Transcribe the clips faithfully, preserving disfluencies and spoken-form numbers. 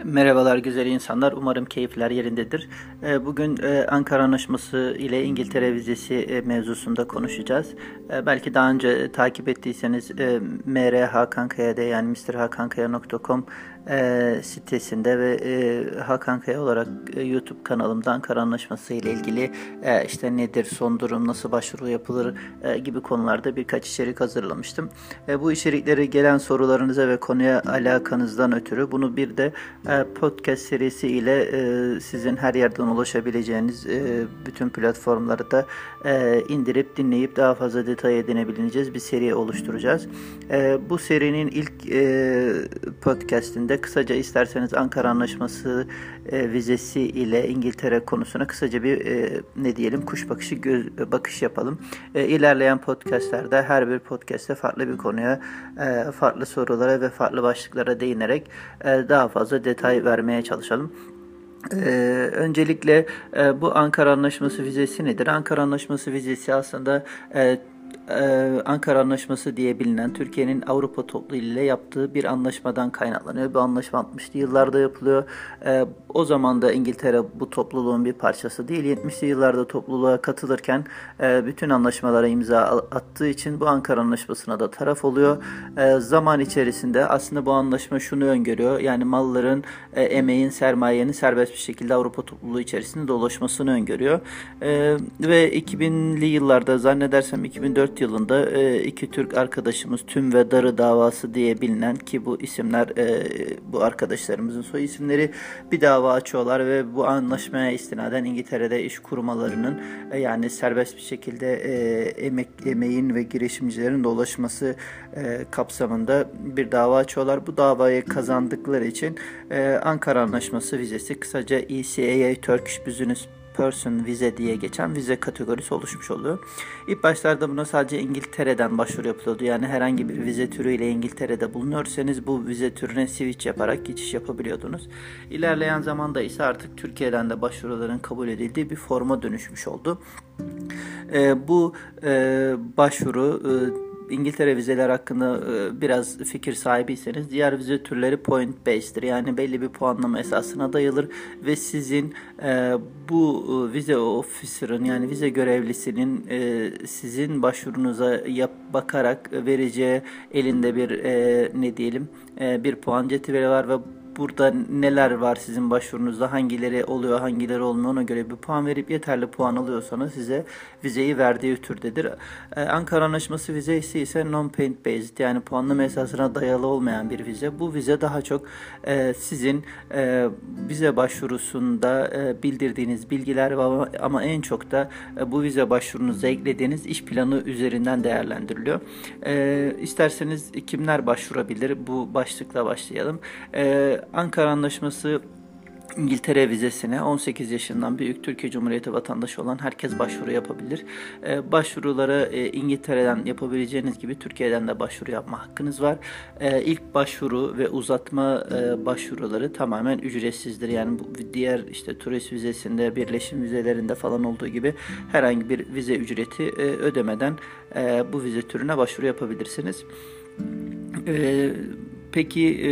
Merhabalar güzel insanlar. Umarım keyifler yerindedir. Ee, Bugün e, Ankara Anlaşması ile İngiltere vizesi e, mevzusunda konuşacağız. E, Belki daha önce takip ettiyseniz e, M R Hakan Kaya'da yani mister hakan kaya nokta com e, sitesinde ve e, Hakan Kaya olarak e, YouTube kanalımda Ankara Anlaşması ile ilgili e, işte nedir, son durum, nasıl başvuru yapılır e, gibi konularda birkaç içerik hazırlamıştım. E, bu içerikleri gelen sorularınıza ve konuya alakanızdan ötürü bunu bir de e, podcast serisi ile e, sizin her yerden ulaşabileceğiniz e, bütün platformları da e, indirip dinleyip daha fazla detay edinebileceğiz bir seri oluşturacağız. E, bu serinin ilk e, podcastinde kısaca isterseniz Ankara Anlaşması e, vizesi ile İngiltere konusuna kısaca bir e, ne diyelim kuş bakışı göz, bakış yapalım. E, ilerleyen podcastlerde her bir podcastte farklı bir konuya, e, farklı sorulara ve farklı başlıklara değinerek e, daha fazla detay vermeye çalışalım. Ee, öncelikle e, bu Ankara Anlaşması vizesi nedir? Ankara Anlaşması vizesi aslında e, Ee, Ankara Anlaşması diye bilinen Türkiye'nin Avrupa Topluluğu ile yaptığı bir anlaşmadan kaynaklanıyor. Bu anlaşma altmışlı yıllarda yapılıyor. Ee, o zaman da İngiltere bu topluluğun bir parçası değil. yetmişli yıllarda topluluğa katılırken e, bütün anlaşmalara imza attığı için bu Ankara Anlaşması'na da taraf oluyor. E, zaman içerisinde aslında bu anlaşma şunu öngörüyor. Yani malların, e, emeğin, sermayenin serbest bir şekilde Avrupa topluluğu içerisinde dolaşmasını öngörüyor. E, ve iki binli yıllarda zannedersem iki bin dört yılında e, iki Türk arkadaşımız Tüm ve Darı davası diye bilinen, ki bu isimler e, bu arkadaşlarımızın soy isimleri, bir dava açıyorlar ve bu anlaşmaya istinaden İngiltere'de iş kurmalarının e, yani serbest bir şekilde e, emek emeğin ve girişimcilerin dolaşması e, kapsamında bir dava açıyorlar. Bu davayı kazandıkları için e, Ankara Anlaşması vizesi, kısaca E C A A Turkish Business Person vize diye geçen vize kategorisi oluşmuş oluyor. İlk başlarda buna sadece İngiltere'den başvuru yapılıyordu. Yani herhangi bir vize türüyle İngiltere'de bulunuyorsanız bu vize türüne switch yaparak geçiş yapabiliyordunuz. İlerleyen zamanda ise artık Türkiye'den de başvuruların kabul edildiği bir forma dönüşmüş oldu. E, bu e, başvuru e, İngiltere vizeler hakkında e, biraz fikir sahibiyseniz diğer vize türleri point based'tir. Yani belli bir puanlama esasına dayanır ve sizin e, bu e, vize officer'ın yani vize görevlisinin e, sizin başvurunuza yap, bakarak vereceği elinde bir e, ne diyelim e, bir puan cetveli var ve burada neler var sizin başvurunuzda, hangileri oluyor, hangileri olmuyor, ona göre bir puan verip yeterli puan alıyorsanız size vizeyi verdiği türdedir. Ee, Ankara Anlaşması vizesi ise non-point based, yani puanlama esasına dayalı olmayan bir vize. Bu vize daha çok e, sizin e, vize başvurusunda e, bildirdiğiniz bilgiler ama, ama en çok da e, bu vize başvurunuza eklediğiniz iş planı üzerinden değerlendiriliyor. E, isterseniz kimler başvurabilir? Bu başlıkla başlayalım. E, Ankara Anlaşması İngiltere vizesine on sekiz yaşından büyük Türkiye Cumhuriyeti vatandaşı olan herkes başvuru yapabilir. Ee, başvurulara e, İngiltere'den yapabileceğiniz gibi Türkiye'den de başvuru yapma hakkınız var. Ee, ilk başvuru ve uzatma e, başvuruları tamamen ücretsizdir. Yani bu diğer işte turist vizesinde, birleşim vizelerinde falan olduğu gibi herhangi bir vize ücreti e, ödemeden e, bu vize türüne başvuru yapabilirsiniz. E, peki e,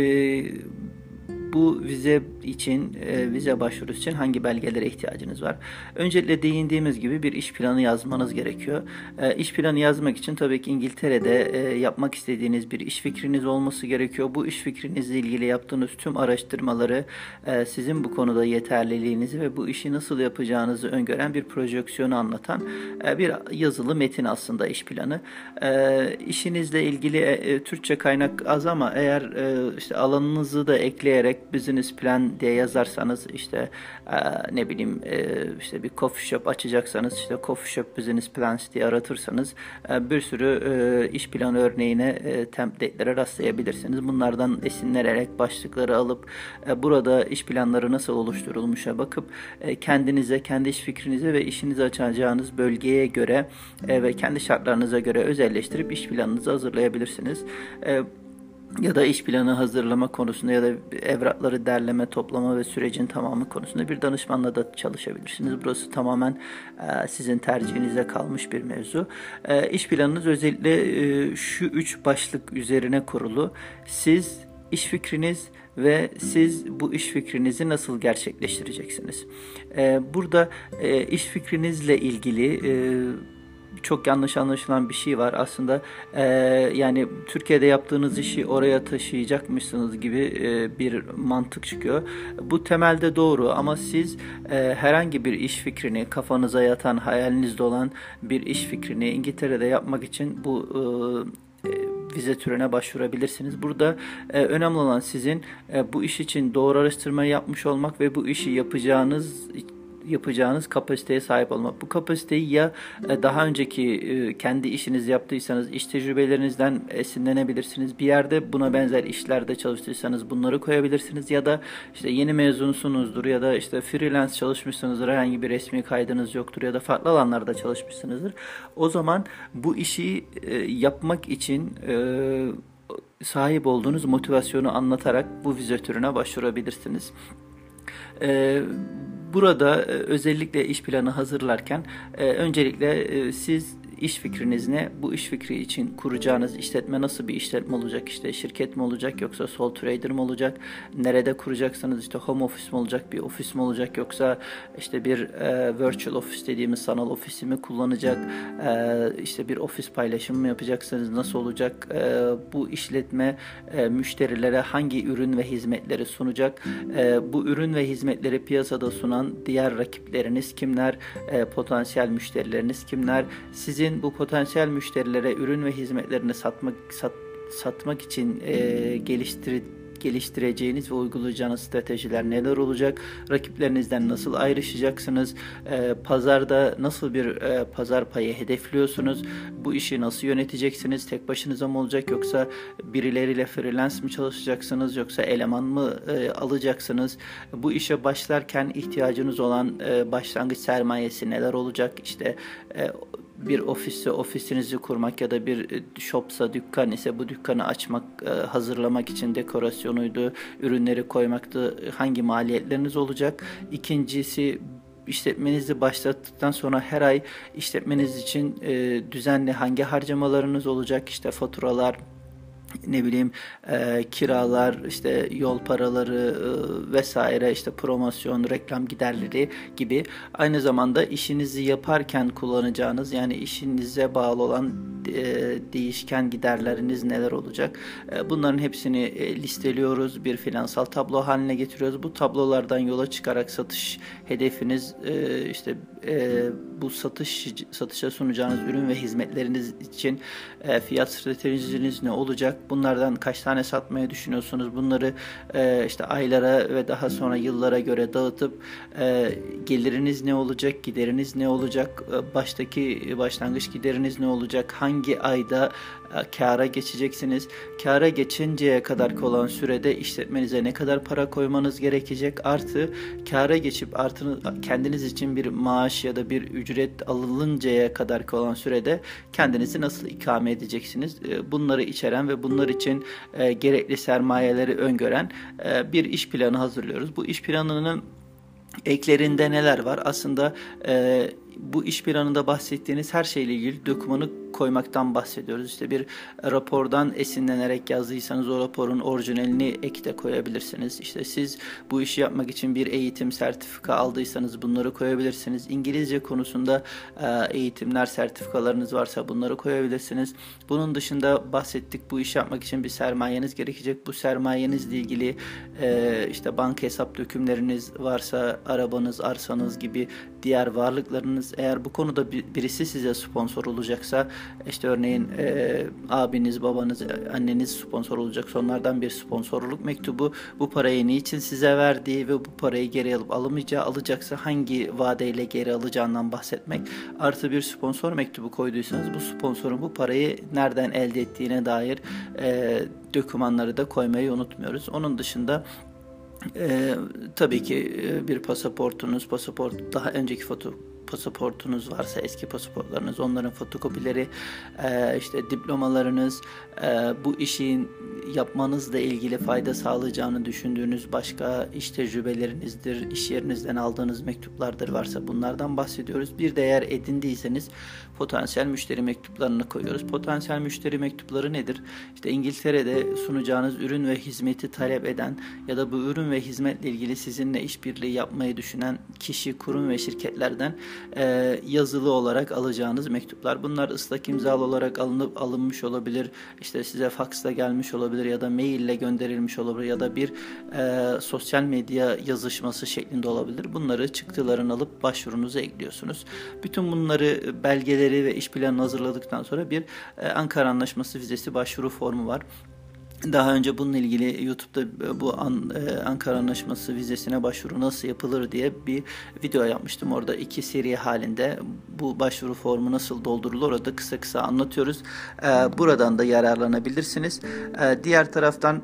Bu vize için, e, vize başvurusu için hangi belgelere ihtiyacınız var? Öncelikle değindiğimiz gibi bir iş planı yazmanız gerekiyor. E, iş planı yazmak için tabii ki İngiltere'de e, yapmak istediğiniz bir iş fikriniz olması gerekiyor. Bu iş fikrinizle ilgili yaptığınız tüm araştırmaları, e, sizin bu konuda yeterliliğinizi ve bu işi nasıl yapacağınızı öngören bir projeksiyonu anlatan e, bir yazılı metin aslında iş planı. E, işinizle ilgili e, Türkçe kaynak az ama eğer e, işte alanınızı da ekleyerek business plan diye yazarsanız, işte e, ne bileyim e, işte bir coffee shop açacaksanız işte coffee shop business plans diye aratırsanız e, bir sürü e, iş planı örneğine, e, template'lere rastlayabilirsiniz. Bunlardan esinlenerek başlıkları alıp e, burada iş planları nasıl oluşturulmuşa bakıp e, kendinize, kendi iş fikrinize ve işinizi açacağınız bölgeye göre e, ve kendi şartlarınıza göre özelleştirip iş planınızı hazırlayabilirsiniz. E, Ya da iş planı hazırlama konusunda ya da evrakları derleme, toplama ve sürecin tamamı konusunda bir danışmanla da çalışabilirsiniz. Burası tamamen e, sizin tercihinize kalmış bir mevzu. E, iş planınız özellikle e, şu üç başlık üzerine kurulu. Siz iş fikriniz ve siz bu iş fikrinizi nasıl gerçekleştireceksiniz? Ee, burada e, iş fikrinizle ilgili e, çok yanlış anlaşılan bir şey var. Aslında e, yani Türkiye'de yaptığınız işi oraya taşıyacakmışsınız gibi e, bir mantık çıkıyor. Bu temelde doğru ama siz e, herhangi bir iş fikrini, kafanıza yatan, hayalinizde olan bir iş fikrini İngiltere'de yapmak için bu e, vize türüne başvurabilirsiniz. Burada e, önemli olan sizin e, bu iş için doğru araştırmayı yapmış olmak ve bu işi yapacağınız yapacağınız kapasiteye sahip olmak. Bu kapasiteyi ya daha önceki kendi işinizi yaptıysanız iş tecrübelerinizden esinlenebilirsiniz. Bir yerde buna benzer işlerde çalıştıysanız bunları koyabilirsiniz ya da işte yeni mezunsunuzdur ya da işte freelance çalışmışsınızdır, herhangi bir resmi kaydınız yoktur ya da farklı alanlarda çalışmışsınızdır. O zaman bu işi yapmak için sahip olduğunuz motivasyonu anlatarak bu vize türüne başvurabilirsiniz. Ee, Burada özellikle iş planı hazırlarken öncelikle siz iş fikriniz ne? Bu iş fikri için kuracağınız işletme nasıl bir işletme olacak? İşte şirket mi olacak yoksa sole trader mi olacak? Nerede kuracaksınız? İşte home office mi olacak? Bir ofis mi olacak? Yoksa işte bir e, virtual office dediğimiz sanal ofisi mi kullanacak? E, işte bir ofis paylaşımı mı yapacaksınız? Nasıl olacak? E, bu işletme e, müşterilere hangi ürün ve hizmetleri sunacak? E, bu ürün ve hizmetleri piyasada sunan diğer rakipleriniz kimler? E, potansiyel müşterileriniz kimler? Sizin bu potansiyel müşterilere ürün ve hizmetlerini satmak sat, satmak için e, geliştir, geliştireceğiniz ve uygulayacağınız stratejiler neler olacak? Rakiplerinizden nasıl ayrışacaksınız? E, pazarda nasıl bir e, pazar payı hedefliyorsunuz? Bu işi nasıl yöneteceksiniz? Tek başınıza mı olacak yoksa birileriyle freelance mi çalışacaksınız yoksa eleman mı e, alacaksınız? Bu işe başlarken ihtiyacınız olan e, başlangıç sermayesi neler olacak? İşte e, bir ofisse ofisinizi kurmak ya da bir shopsa dükkan ise bu dükkanı açmak, hazırlamak için dekorasyonuydu, ürünleri koymaktı, hangi maliyetleriniz olacak? İkincisi, işletmenizi başlattıktan sonra her ay işletmeniz için düzenli hangi harcamalarınız olacak? İşte faturalar, ne bileyim e, kiralar, işte yol paraları e, vesaire, işte promosyon, reklam giderleri gibi. Aynı zamanda işinizi yaparken kullanacağınız, yani işinize bağlı olan e, değişken giderleriniz neler olacak? E, bunların hepsini e, listeliyoruz, bir finansal tablo haline getiriyoruz. Bu tablolardan yola çıkarak satış hedefiniz, e, işte e, bu satış satışa sunacağınız ürün ve hizmetleriniz için e, fiyat stratejiniz ne olacak? Bunlardan kaç tane satmayı düşünüyorsunuz? Bunları e, işte aylara ve daha sonra yıllara göre dağıtıp e, geliriniz ne olacak, gideriniz ne olacak, e, baştaki başlangıç gideriniz ne olacak, hangi ayda e, kâra geçeceksiniz, kâra geçinceye kadar olan sürede işletmenize ne kadar para koymanız gerekecek, artı kâra geçip artı kendiniz için bir maaş ya da bir ücret alınıncaya kadar olan sürede kendinizi nasıl ikame edeceksiniz? E, bunları içeren ve bunlar için e, gerekli sermayeleri öngören e, bir iş planı hazırlıyoruz. Bu iş planının eklerinde neler var? Aslında e, bu iş planında bahsettiğiniz her şeyle ilgili dokümanı koymaktan bahsediyoruz. İşte bir rapordan esinlenerek yazdıysanız o raporun orijinalini ekte koyabilirsiniz. İşte siz bu işi yapmak için bir eğitim, sertifika aldıysanız bunları koyabilirsiniz. İngilizce konusunda eğitimler, sertifikalarınız varsa bunları koyabilirsiniz. Bunun dışında bahsettik, bu işi yapmak için bir sermayeniz gerekecek. Bu sermayenizle ilgili işte banka hesap dökümleriniz varsa, arabanız, arsanız gibi diğer varlıklarınız, eğer bu konuda birisi size sponsor olacaksa, işte örneğin e, abiniz, babanız, anneniz sponsor olacak, onlardan bir sponsorluk mektubu, bu parayı niçin size verdiği ve bu parayı geri alıp alamayacağı, alacaksa hangi vadeyle geri alacağından bahsetmek, artı bir sponsor mektubu koyduysanız bu sponsorun bu parayı nereden elde ettiğine dair e, dokümanları da koymayı unutmuyoruz. Onun dışında Ee, tabii ki bir pasaportunuz, pasaport daha önceki foto pasaportunuz varsa, eski pasaportlarınız, onların fotokopileri, e, işte diplomalarınız, e, bu işin yapmanızla ilgili fayda sağlayacağını düşündüğünüz başka iş tecrübelerinizdir, iş yerinizden aldığınız mektuplardır varsa bunlardan bahsediyoruz. Bir değer edindiyseniz potansiyel müşteri mektuplarını koyuyoruz. Potansiyel müşteri mektupları nedir? İşte İngiltere'de sunacağınız ürün ve hizmeti talep eden ya da bu ürün ve hizmetle ilgili sizinle işbirliği yapmayı düşünen kişi, kurum ve şirketlerden e, yazılı olarak alacağınız mektuplar. Bunlar ıslak imzalı olarak alınıp alınmış olabilir. İşte size faksla gelmiş olabilir ya da maille gönderilmiş olabilir ya da bir e, sosyal medya yazışması şeklinde olabilir. Bunları çıktılarını alıp başvurunuza ekliyorsunuz. Bütün bunları, belgeleri ve iş planını hazırladıktan sonra bir e, Ankara Anlaşması vizesi başvuru formu var. Daha önce bununla ilgili YouTube'da bu An, e, Ankara Anlaşması vizesine başvuru nasıl yapılır diye bir video yapmıştım. Orada iki seri halinde bu başvuru formu nasıl doldurulur orada kısa kısa anlatıyoruz. E, buradan da yararlanabilirsiniz. E, diğer taraftan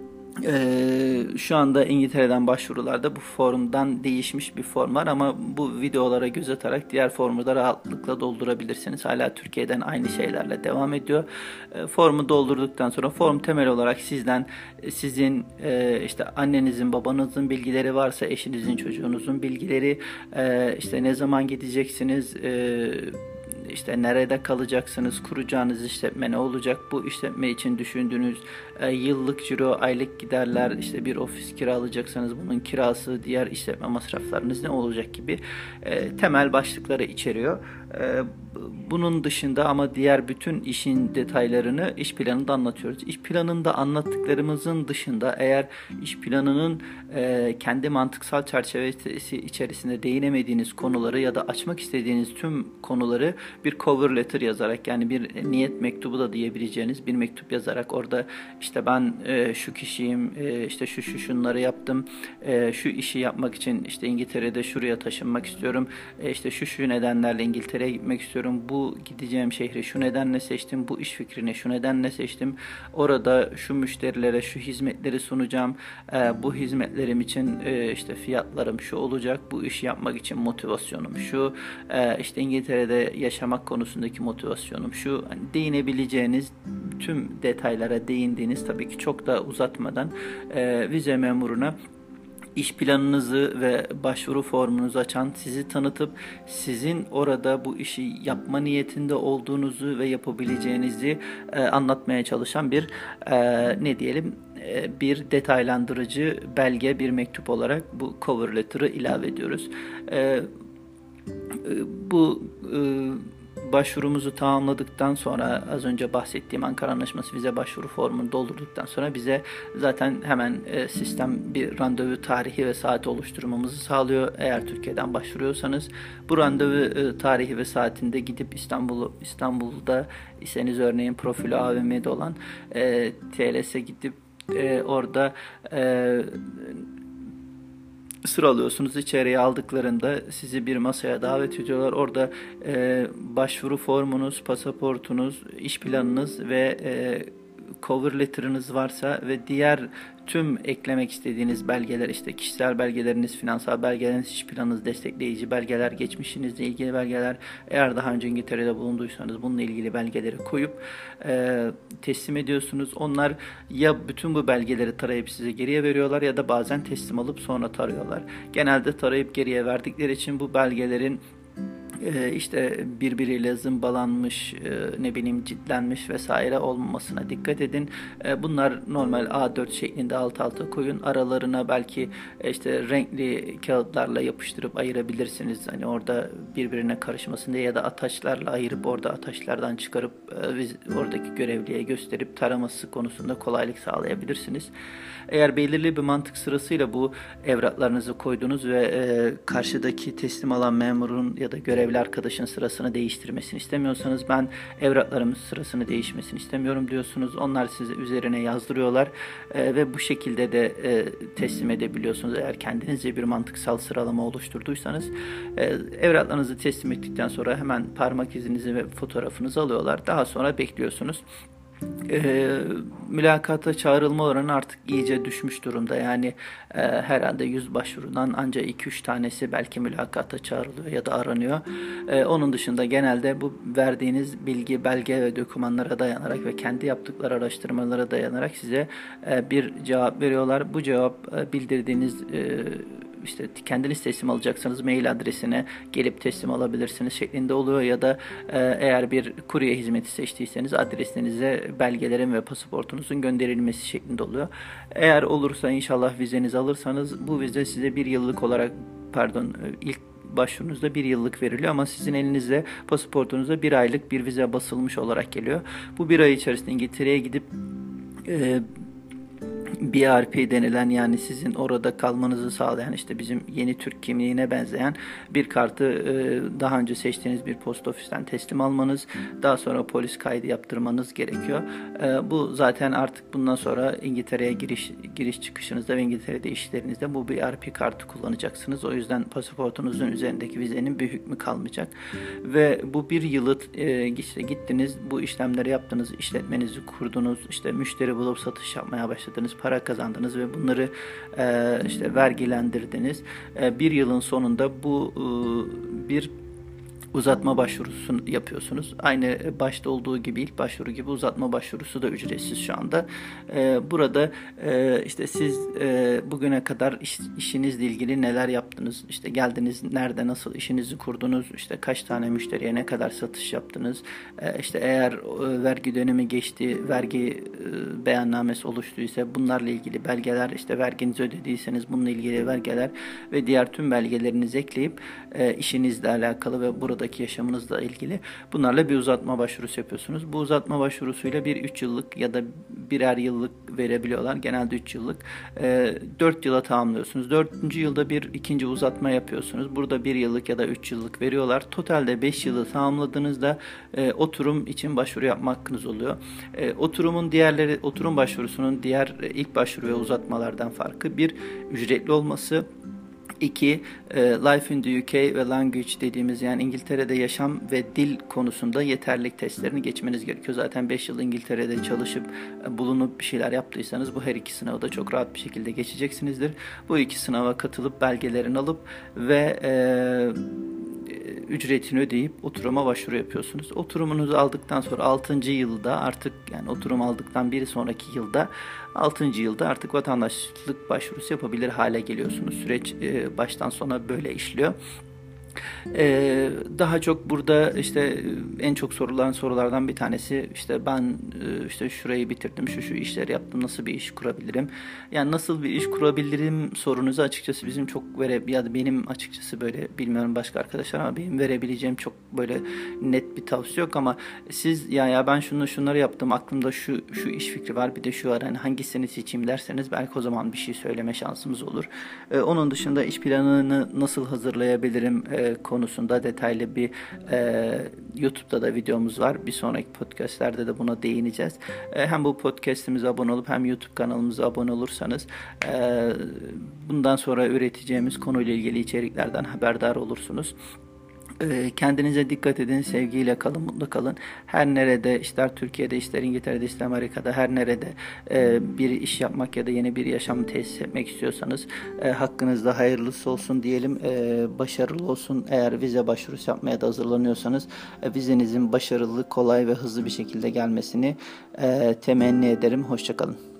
Ee, şu anda İngiltere'den başvurularda bu formdan değişmiş bir form var ama bu videolara göz atarak diğer formu da rahatlıkla doldurabilirsiniz. Hala Türkiye'den aynı şeylerle devam ediyor. Ee, formu doldurduktan sonra form temel olarak sizden sizin e, işte annenizin, babanızın bilgileri varsa eşinizin, çocuğunuzun bilgileri, e, işte ne zaman gideceksiniz, e, İşte nerede kalacaksınız, kuracağınız işletme ne olacak, bu işletme için düşündüğünüz e, yıllık ciro, aylık giderler, işte bir ofis kiralayacaksanız bunun kirası, diğer işletme masraflarınız ne olacak gibi e, temel başlıkları içeriyor. E, bunun dışında ama diğer bütün işin detaylarını iş planında anlatıyoruz. İş planında anlattıklarımızın dışında eğer iş planının e, kendi mantıksal çerçevesi içerisinde değinemediğiniz konuları ya da açmak istediğiniz tüm konuları bir cover letter yazarak, yani bir niyet mektubu da diyebileceğiniz bir mektup yazarak orada işte ben e, şu kişiyim, e, işte şu şu şunları yaptım, e, şu işi yapmak için işte İngiltere'de şuraya taşınmak istiyorum, e, işte şu şu nedenlerle İngiltere'ye gitmek istiyorum, bu gideceğim şehri şu nedenle seçtim, bu iş fikrini şu nedenle seçtim, orada şu müşterilere şu hizmetleri sunacağım, e, bu hizmetlerim için e, işte fiyatlarım şu olacak, bu işi yapmak için motivasyonum şu, e, işte İngiltere'de yaşamak konusundaki motivasyonum şu. Hani değinebileceğiniz tüm detaylara değindiğiniz, tabii ki çok da uzatmadan e, vize memuruna İş planınızı ve başvuru formunuzu açan, sizi tanıtıp sizin orada bu işi yapma niyetinde olduğunuzu ve yapabileceğinizi e, anlatmaya çalışan bir e, ne diyelim e, bir detaylandırıcı belge, bir mektup olarak bu cover letter'ı ilave ediyoruz. E, bu e, başvurumuzu tamamladıktan sonra, az önce bahsettiğim Ankara Anlaşması vize başvuru formunu doldurduktan sonra bize zaten hemen e, sistem bir randevu tarihi ve saati oluşturmamızı sağlıyor. Eğer Türkiye'den başvuruyorsanız bu randevu e, tarihi ve saatinde gidip İstanbul İstanbul'da iseniz, örneğin profili A V M'de olan e, T L S'e gidip e, orada e, sıralıyorsunuz. İçeriye aldıklarında sizi bir masaya davet ediyorlar. Orada e, başvuru formunuz, pasaportunuz, iş planınız ve e, cover letter'ınız varsa ve diğer tüm eklemek istediğiniz belgeler, işte kişisel belgeleriniz, finansal belgeleriniz, iş planınız, destekleyici belgeler, geçmişinizle ilgili belgeler, eğer daha önce İngiltere'de bulunduysanız bununla ilgili belgeleri koyup e, teslim ediyorsunuz. Onlar ya bütün bu belgeleri tarayıp size geriye veriyorlar ya da bazen teslim alıp sonra tarıyorlar. Genelde tarayıp geriye verdikleri için bu belgelerin Ee, işte birbiriyle zımbalanmış, e, ne bileyim ciltlenmiş vesaire olmamasına dikkat edin. E, bunlar normal A dört şeklinde alt alta koyun. Aralarına belki e, işte renkli kağıtlarla yapıştırıp ayırabilirsiniz. Hani orada birbirine karışmasın diye, ya da ataçlarla ayırıp orada ataçlardan çıkarıp e, oradaki görevliye gösterip taraması konusunda kolaylık sağlayabilirsiniz. Eğer belirli bir mantık sırasıyla bu evraklarınızı koydunuz ve e, karşıdaki teslim alan memurun ya da görevli arkadaşın sırasını değiştirmesini istemiyorsanız, ben evraklarımın sırasını değişmesini istemiyorum diyorsunuz. Onlar size üzerine yazdırıyorlar e, ve bu şekilde de e, teslim edebiliyorsunuz. Eğer kendinizce bir mantıksal sıralama oluşturduysanız e, evraklarınızı teslim ettikten sonra hemen parmak izinizi ve fotoğrafınızı alıyorlar. Daha sonra bekliyorsunuz. e, mülakata çağrılma oranı artık iyice düşmüş durumda. Yani e, herhalde yüz başvurudan ancak iki üç tanesi belki mülakata çağrılıyor ya da aranıyor. E, onun dışında genelde bu verdiğiniz bilgi, belge ve dokümanlara dayanarak ve kendi yaptıkları araştırmalara dayanarak size e, bir cevap veriyorlar. Bu cevap e, bildirdiğiniz e, işte kendiniz teslim alacaksanız mail adresine gelip teslim alabilirsiniz şeklinde oluyor ya da e, eğer bir kurye hizmeti seçtiyseniz adresinize belgelerin ve pasaportunuzun gönderilmesi şeklinde oluyor. Eğer olursa inşallah vizenizi alırsanız bu vize size bir yıllık olarak pardon ilk başvurunuzda bir yıllık veriliyor ama sizin elinizde pasaportunuzda bir aylık bir vize basılmış olarak geliyor. Bu bir ay içerisinde İngiltere'ye gidip e, B R P denilen yani sizin orada kalmanızı sağlayan işte bizim yeni Türk kimliğine benzeyen bir kartı e, daha önce seçtiğiniz bir post ofisten teslim almanız, daha sonra polis kaydı yaptırmanız gerekiyor. E, bu zaten artık bundan sonra İngiltere'ye giriş giriş çıkışınızda ve İngiltere'de işlerinizde bu B R P kartı kullanacaksınız. O yüzden pasaportunuzun üzerindeki vizenin bir hükmü kalmayacak. Ve bu bir yılı e, işte gittiniz, bu işlemleri yaptınız, işletmenizi kurdunuz, işte müşteri bulup satış yapmaya başladınız, para kazandınız ve bunları e, işte vergilendirdiniz. E, bir yılın sonunda bu e, bir uzatma başvurusu yapıyorsunuz. Aynı başta olduğu gibi ilk başvuru gibi uzatma başvurusu da ücretsiz şu anda. Ee, burada e, işte siz e, bugüne kadar iş, işinizle ilgili neler yaptınız? İşte geldiniz, nerede, nasıl işinizi kurdunuz? İşte kaç tane müşteriye ne kadar satış yaptınız? Ee, işte eğer e, vergi dönemi geçti, vergi e, beyannamesi oluştuysa bunlarla ilgili belgeler, işte verginizi ödediyseniz bununla ilgili belgeler ve diğer tüm belgelerinizi ekleyip e, işinizle alakalı ve burada yaşamınızla ilgili bunlarla bir uzatma başvurusu yapıyorsunuz. Bu uzatma başvurusuyla bir üç yıllık ya da birer yıllık verebiliyorlar. Genelde üç yıllık. dört yıla tamamlıyorsunuz. dördüncü yılda bir ikinci uzatma yapıyorsunuz. Burada bir yıllık ya da üç yıllık veriyorlar. Totalde beş yılı tamamladığınızda e, oturum için başvuru yapma hakkınız oluyor. E, oturumun diğerleri, oturum başvurusunun diğer e, ilk başvuru ve uzatmalardan farkı bir ücretli olması. İki, Life in the U K ve Language dediğimiz yani İngiltere'de yaşam ve dil konusunda yeterlilik testlerini geçmeniz gerekiyor. Zaten beş yıl İngiltere'de çalışıp bulunup bir şeyler yaptıysanız bu her iki sınavı da çok rahat bir şekilde geçeceksinizdir. Bu iki sınava katılıp belgelerini alıp ve e, ücretini ödeyip oturuma başvuru yapıyorsunuz. Oturumunuzu aldıktan sonra altıncı yılda artık yani oturum aldıktan bir sonraki yılda altıncı yılda artık vatandaşlık başvurusu yapabilir hale geliyorsunuz. Süreç e, baştan sona böyle işliyor. Ee, daha çok burada işte en çok sorulan sorulardan bir tanesi işte ben işte şurayı bitirdim, şu şu işleri yaptım, nasıl bir iş kurabilirim? Yani nasıl bir iş kurabilirim sorunuzu açıkçası bizim çok vere ya da benim açıkçası böyle bilmiyorum başka arkadaşlar ama benim verebileceğim çok böyle net bir tavsiye yok ama siz ya ya ben şunu şunları yaptım, aklımda şu şu iş fikri var, bir de şu var, hani hangisini seçeyim derseniz belki o zaman bir şey söyleme şansımız olur. Ee, onun dışında iş planını nasıl hazırlayabilirim e, konusunda detaylı bir e, YouTube'da da videomuz var. Bir sonraki podcastlerde de buna değineceğiz. E, hem bu podcastimize abone olup hem YouTube kanalımıza abone olursanız e, bundan sonra üreteceğimiz konuyla ilgili içeriklerden haberdar olursunuz. Kendinize dikkat edin, sevgiyle kalın, mutlu kalın. Her nerede, ister Türkiye'de, ister İngiltere'de, ister Amerika'da, her nerede bir iş yapmak ya da yeni bir yaşam tesis etmek istiyorsanız hakkınızda hayırlısı olsun diyelim, başarılı olsun. Eğer vize başvurusu yapmaya da hazırlanıyorsanız vizenizin başarılı, kolay ve hızlı bir şekilde gelmesini temenni ederim. Hoşça kalın.